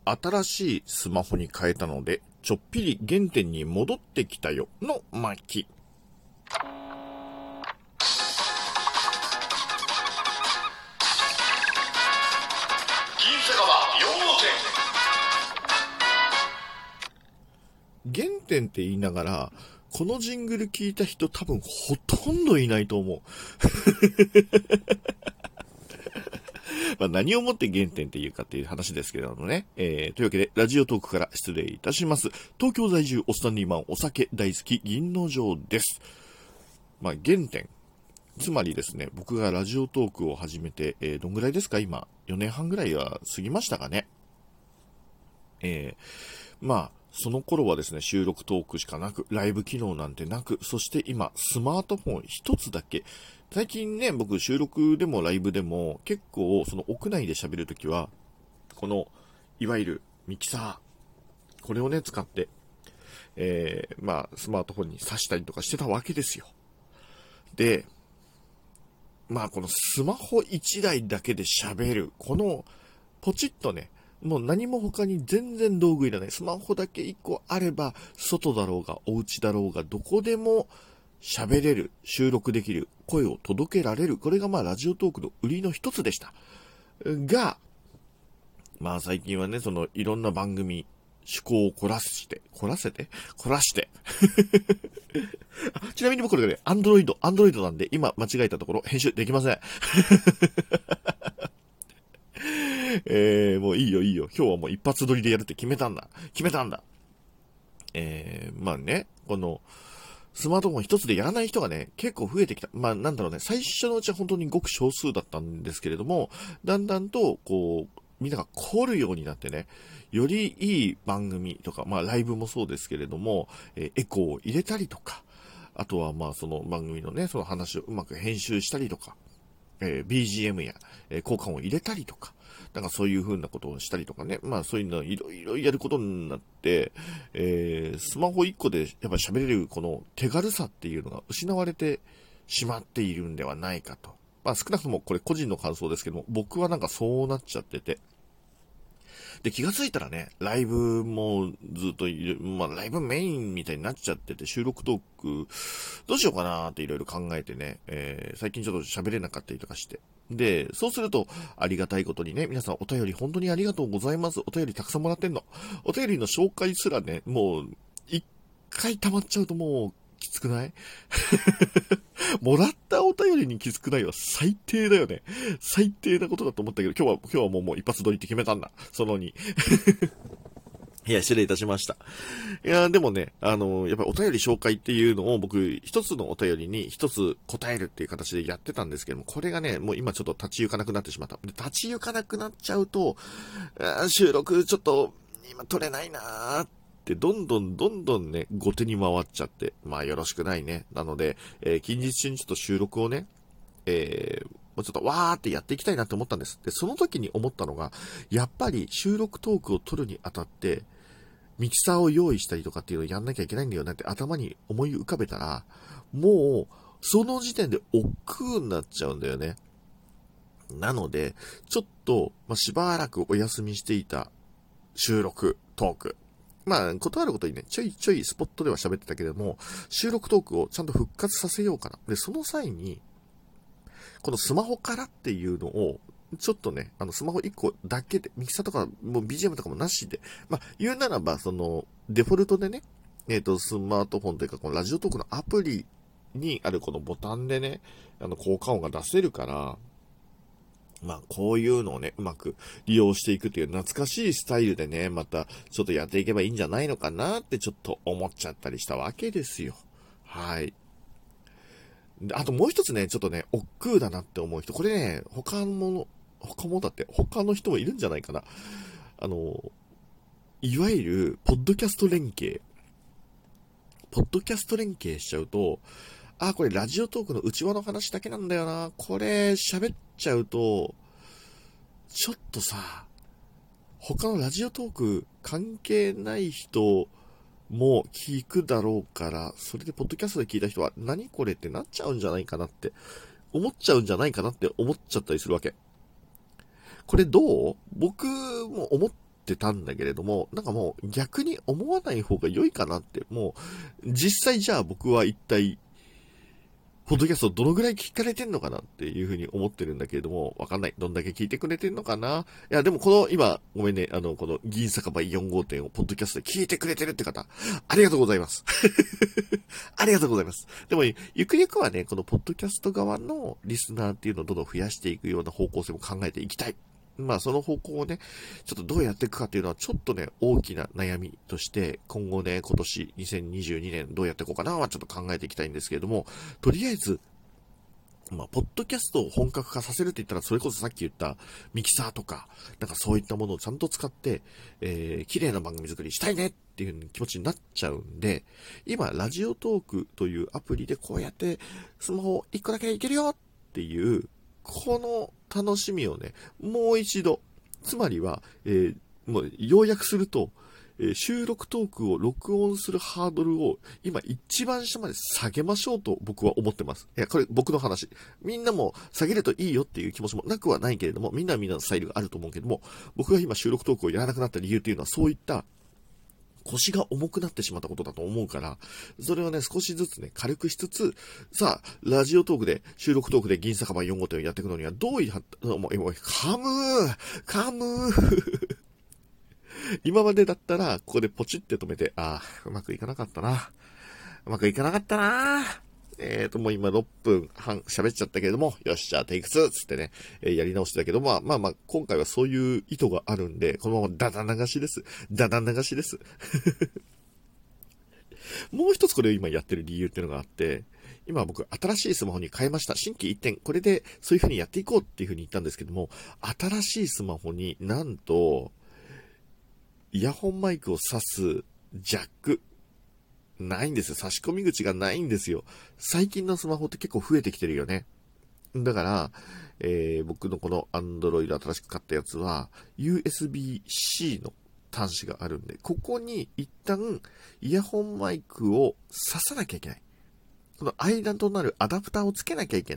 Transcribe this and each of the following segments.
新しいスマホに変えたので、ちょっぴり原点に戻ってきたよの巻。原点って言いながら、このジングル聞いた人多分ほとんどいないと思う。まあ何をもって原点っていうかっていう話ですけれどもね。というわけで、ラジオトークから失礼いたします。東京在住おスタンリーマンお酒大好き銀の城です。まあ原点。つまりですね、僕がラジオトークを始めて、どんぐらいですか今、4年半ぐらいは過ぎましたかね。まあ、その頃はですね、収録トークしかなく、ライブ機能なんてなく、そして今、スマートフォン一つだけ。最近ね、僕収録でもライブでも、結構、その屋内で喋るときは、この、いわゆるミキサー、これをね、使って、まあ、スマートフォンに挿したりとかしてたわけですよ。で、まあ、このスマホ一台だけで喋る、この、ポチッとね、もう何も他に全然道具いらない。スマホだけ1個あれば、外だろうが、お家だろうが、どこでも喋れる、収録できる、声を届けられる。これがまあラジオトークの売りの一つでした。が、まあ最近はね、そのいろんな番組、趣向を凝らして。ちなみに僕これね、アンドロイドなんで、今間違えたところ、編集できません。もういいよ。今日はもう一発撮りでやるって決めたんだ。まあね、この、スマートフォン一つでやらない人がね、結構増えてきた。まあなんだろうね、最初のうちは本当にごく少数だったんですけれども、だんだんと、こう、みんなが凝るようになってね、よりいい番組とか、まあライブもそうですけれども、エコーを入れたりとか、あとはまあその番組のね、その話をうまく編集したりとか、BGM や、効果音を入れたりとか、なんかそういう風なことをしたりとかね。まあそういうのいろいろやることになって、スマホ1個でやっぱ喋れるこの手軽さっていうのが失われてしまっているんではないかと。まあ少なくともこれ個人の感想ですけども、僕はなんかそうなっちゃってて。で、気がついたらね、ライブもずっとまあライブメインみたいになっちゃってて、収録トーク、どうしようかなーっていろいろ考えてね、最近ちょっと喋れなかったりとかして。で、そうすると、ありがたいことにね、皆さんお便り本当にありがとうございます。お便りたくさんもらってんの。お便りの紹介すらね、もう、一回溜まっちゃうともう、きつくないもらったお便りに気づくないは最低だよね。最低なことだと思ったけど、今日はもう一発撮りって決めたんだ。その2。いや、失礼いたしました。いや、でもね、やっぱりお便り紹介っていうのを僕、一つのお便りに一つ答えるっていう形でやってたんですけども、これがね、もう今ちょっと立ち行かなくなってしまった。で、立ち行かなくなっちゃうと、収録ちょっと今撮れないなーってどんどんね、後手に回っちゃって、まあよろしくないね。なので、近日中にちょっと収録をね、もうちょっとわーってやっていきたいなって思ったんです。で、その時に思ったのが、やっぱり収録トークを撮るにあたって、ミキサーを用意したりとかっていうのをやんなきゃいけないんだよなって頭に思い浮かべたら、もう、その時点で億劫になっちゃうんだよね。なので、ちょっと、しばらくお休みしていた収録、トーク。まあ、断ることにね、ちょいちょいスポットでは喋ってたけれども、収録トークをちゃんと復活させようかな。で、その際に、このスマホからっていうのを、ちょっとね、スマホ1個だけで、ミキサーとか、もう BGM とかもなしで、まあ、言うならば、その、デフォルトでね、スマートフォンというか、このラジオトークのアプリにあるこのボタンでね、効果音が出せるから、まあ、こういうのをね、うまく利用していくという懐かしいスタイルでね、また、ちょっとやっていけばいいんじゃないのかなってちょっと思っちゃったりしたわけですよ。はい。あともう一つね、ちょっとね、億劫だなって思う人、これね、他の人もいるんじゃないかな。いわゆる、ポッドキャスト連携しちゃうと、これラジオトークの内輪の話だけなんだよな。これ喋っちゃうと、ちょっとさ、他のラジオトーク関係ない人も聞くだろうから、それでポッドキャストで聞いた人は何これってなっちゃうんじゃないかなって思っちゃったりするわけ。これどう？僕も思っってたんだけれども、なんかもう逆に思わない方が良いかなって、もう実際じゃあ僕は一体ポッドキャストどのぐらい聞かれてんのかなっていうふうに思ってるんだけれども、わかんない。どんだけ聞いてくれてんのかな。いや、でもこの今、ごめんね、この銀酒場4号店をポッドキャストで聞いてくれてるって方、ありがとうございます。ありがとうございます。でも、ゆくゆくはね、このポッドキャスト側のリスナーっていうのをどんどん増やしていくような方向性も考えていきたい。まあその方向をね、ちょっとどうやっていくかっていうのはちょっとね、大きな悩みとして、今後ね、今年2022年どうやっていこうかなはちょっと考えていきたいんですけれども、とりあえず、まあ、ポッドキャストを本格化させるって言ったら、それこそさっき言ったミキサーとか、なんかそういったものをちゃんと使って、綺麗な番組作りしたいねっていう気持ちになっちゃうんで、今、ラジオトークというアプリでこうやってスマホ1個だけいけるよっていう、この楽しみをね、もう一度、つまりは、もう要約すると、収録トークを録音するハードルを今一番下まで下げましょうと僕は思ってます。いや、これ僕の話。みんなも下げるといいよっていう気持ちもなくはないけれども、みんなはみんなのスタイルがあると思うけども、僕が今収録トークをやらなくなった理由っていうのはそういった腰が重くなってしまったことだと思うから、それをね、少しずつね、軽くしつつ、さあ、ラジオトークで、収録トークで銀酒場4号店をやっていくのにはどういう、噛む今までだったら、ここでポチって止めて、うまくいかなかったな。もう今6分半喋っちゃったけれども、よし、じゃあテイク2つってね、やり直してたけど、まあ、今回はそういう意図があるんで、このままダダ流しです。もう一つこれを今やってる理由っていうのがあって、今僕新しいスマホに変えました。新規一点。これでそういう風にやっていこうっていう風に言ったんですけども、新しいスマホになんと、イヤホンマイクを挿すジャック。ないんですよ。差し込み口がないんですよ。最近のスマホって結構増えてきてるよね。だから、僕のこの Android 新しく買ったやつは USB-C の端子があるんで、ここに一旦イヤホンマイクを挿さなきゃいけない。この間となるアダプターをつけなきゃいけない。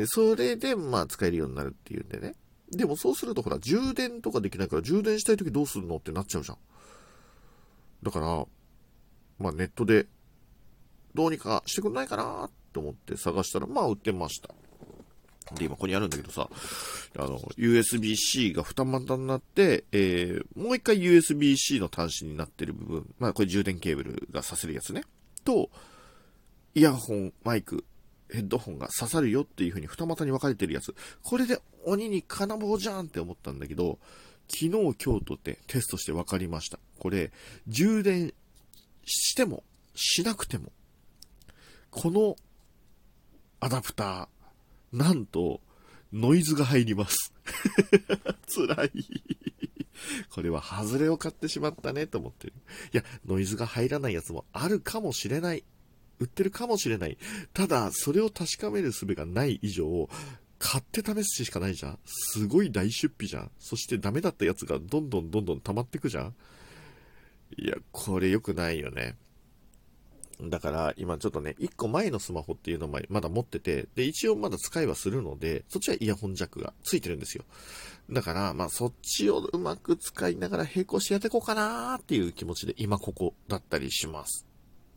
それでまあ使えるようになるっていうんでね。でもそうするとほら、充電とかできないから充電したいときどうするのってなっちゃうじゃん。だから、まあネットでどうにかしてくんないかなって思って探したら、まあ売ってました。で、今ここにあるんだけどさ、USB-C が二股になって、もう一回 USB-C の端子になってる部分、まあこれ充電ケーブルが挿せるやつね。と、イヤホン、マイク、ヘッドホンが刺さるよっていう風に二股に分かれてるやつ。これで鬼に金棒じゃんって思ったんだけど、昨日今日とってテストして分かりました。これ、充電してもしなくても、このアダプター、なんとノイズが入ります。辛い。これは外れを買ってしまったねと思ってる。いや、ノイズが入らないやつもあるかもしれない。売ってるかもしれない。ただ、それを確かめる術がない以上、買って試すしかないじゃん。すごい大出費じゃん。そしてダメだったやつがどんどん溜まってくじゃん。いや、これ良くないよね。だから、今ちょっとね、1個前のスマホっていうのもまだ持ってて、で、一応まだ使いはするので、そっちはイヤホンジャックがついてるんですよ。だから、まあそっちをうまく使いながら並行してやっていこうかなーっていう気持ちで今ここだったりします。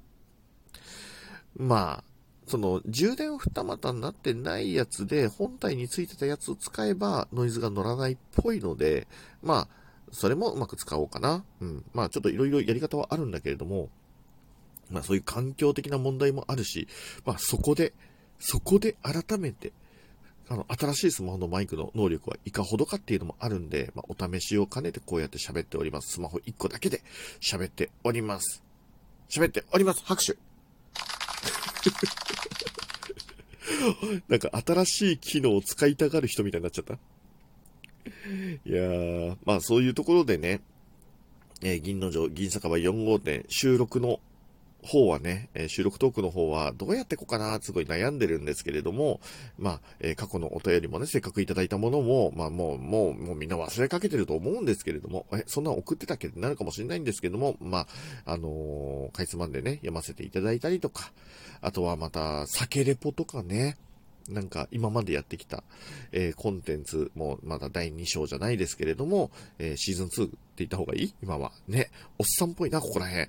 まあ、その充電二股になってないやつで本体についてたやつを使えばノイズが乗らないっぽいので、まあ、それもうまく使おうかな。うん。まあちょっといろいろやり方はあるんだけれども、まあそういう環境的な問題もあるし、まあそこで改めて、新しいスマホのマイクの能力はいかほどかっていうのもあるんで、まあお試しを兼ねてこうやって喋っております。スマホ1個だけで喋っております。拍手なんか新しい機能を使いたがる人みたいになっちゃった。いやー、まあそういうところでね、銀酒場4号店収録の方はね、収録トークの方はどうやっていこうかなすごい悩んでるんですけれども、まあ、過去のお便りもね、せっかくいただいたものも、まあもうみんな忘れかけてると思うんですけれども、そんな送ってたっけってなるかもしれないんですけども、まあ、かいつまんでね、読ませていただいたりとか、あとはまた、酒レポとかね、 なんか今までやってきた、コンテンツもまだ第2章じゃないですけれども、シーズン2って言った方がいい今は。ね。おっさんっぽいな、ここら辺。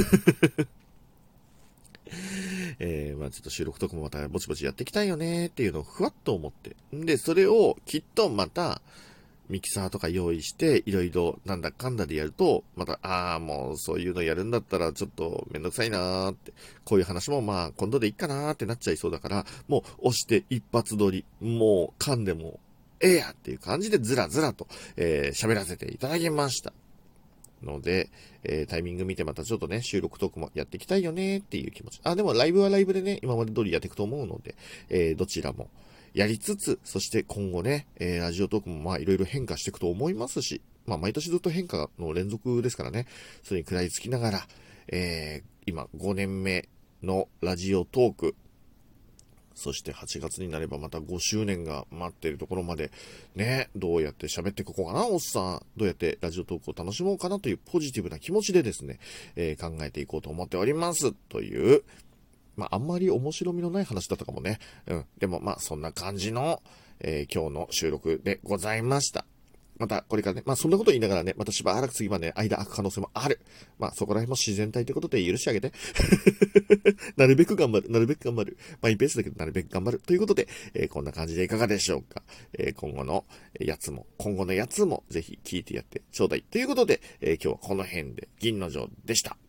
まあちょっと収録とかもまたぼちぼちやっていきたいよねっていうのをふわっと思って。で、それをきっとまた、ミキサーとか用意して、いろいろなんだかんだでやると、また、もうそういうのやるんだったらちょっとめんどくさいなーって、こういう話もまあ今度でいいかなーってなっちゃいそうだから、もう押して一発撮り、もう噛んでもええやっていう感じでずらずらと、喋らせていただきました。ので、タイミング見てまたちょっとね、収録トークもやっていきたいよねっていう気持ち。でもライブはライブでね、今まで通りやっていくと思うので、どちらもやりつつ、そして今後ね、ラジオトークもまあいろいろ変化していくと思いますし、まあ毎年ずっと変化の連続ですからね、それに食らいつきながら、今5年目のラジオトーク、そして8月になればまた5周年が待っているところまで、ね、どうやって喋っていこうかな、おっさん。どうやってラジオトークを楽しもうかなというポジティブな気持ちでですね、考えていこうと思っております。という、まあ、あんまり面白みのない話だったかもね。でもまあ、そんな感じの、今日の収録でございました。また、これからね、まあそんなこと言いながらね、またしばらく次まで、間空く可能性もある。まあそこら辺も自然体ということで許してあげて。なるべく頑張る。なるべく頑張る。マイペースだけどなるべく頑張る。ということで、こんな感じでいかがでしょうか。今後のやつもぜひ聞いてやってちょうだい。ということで、今日はこの辺で銀の城でした。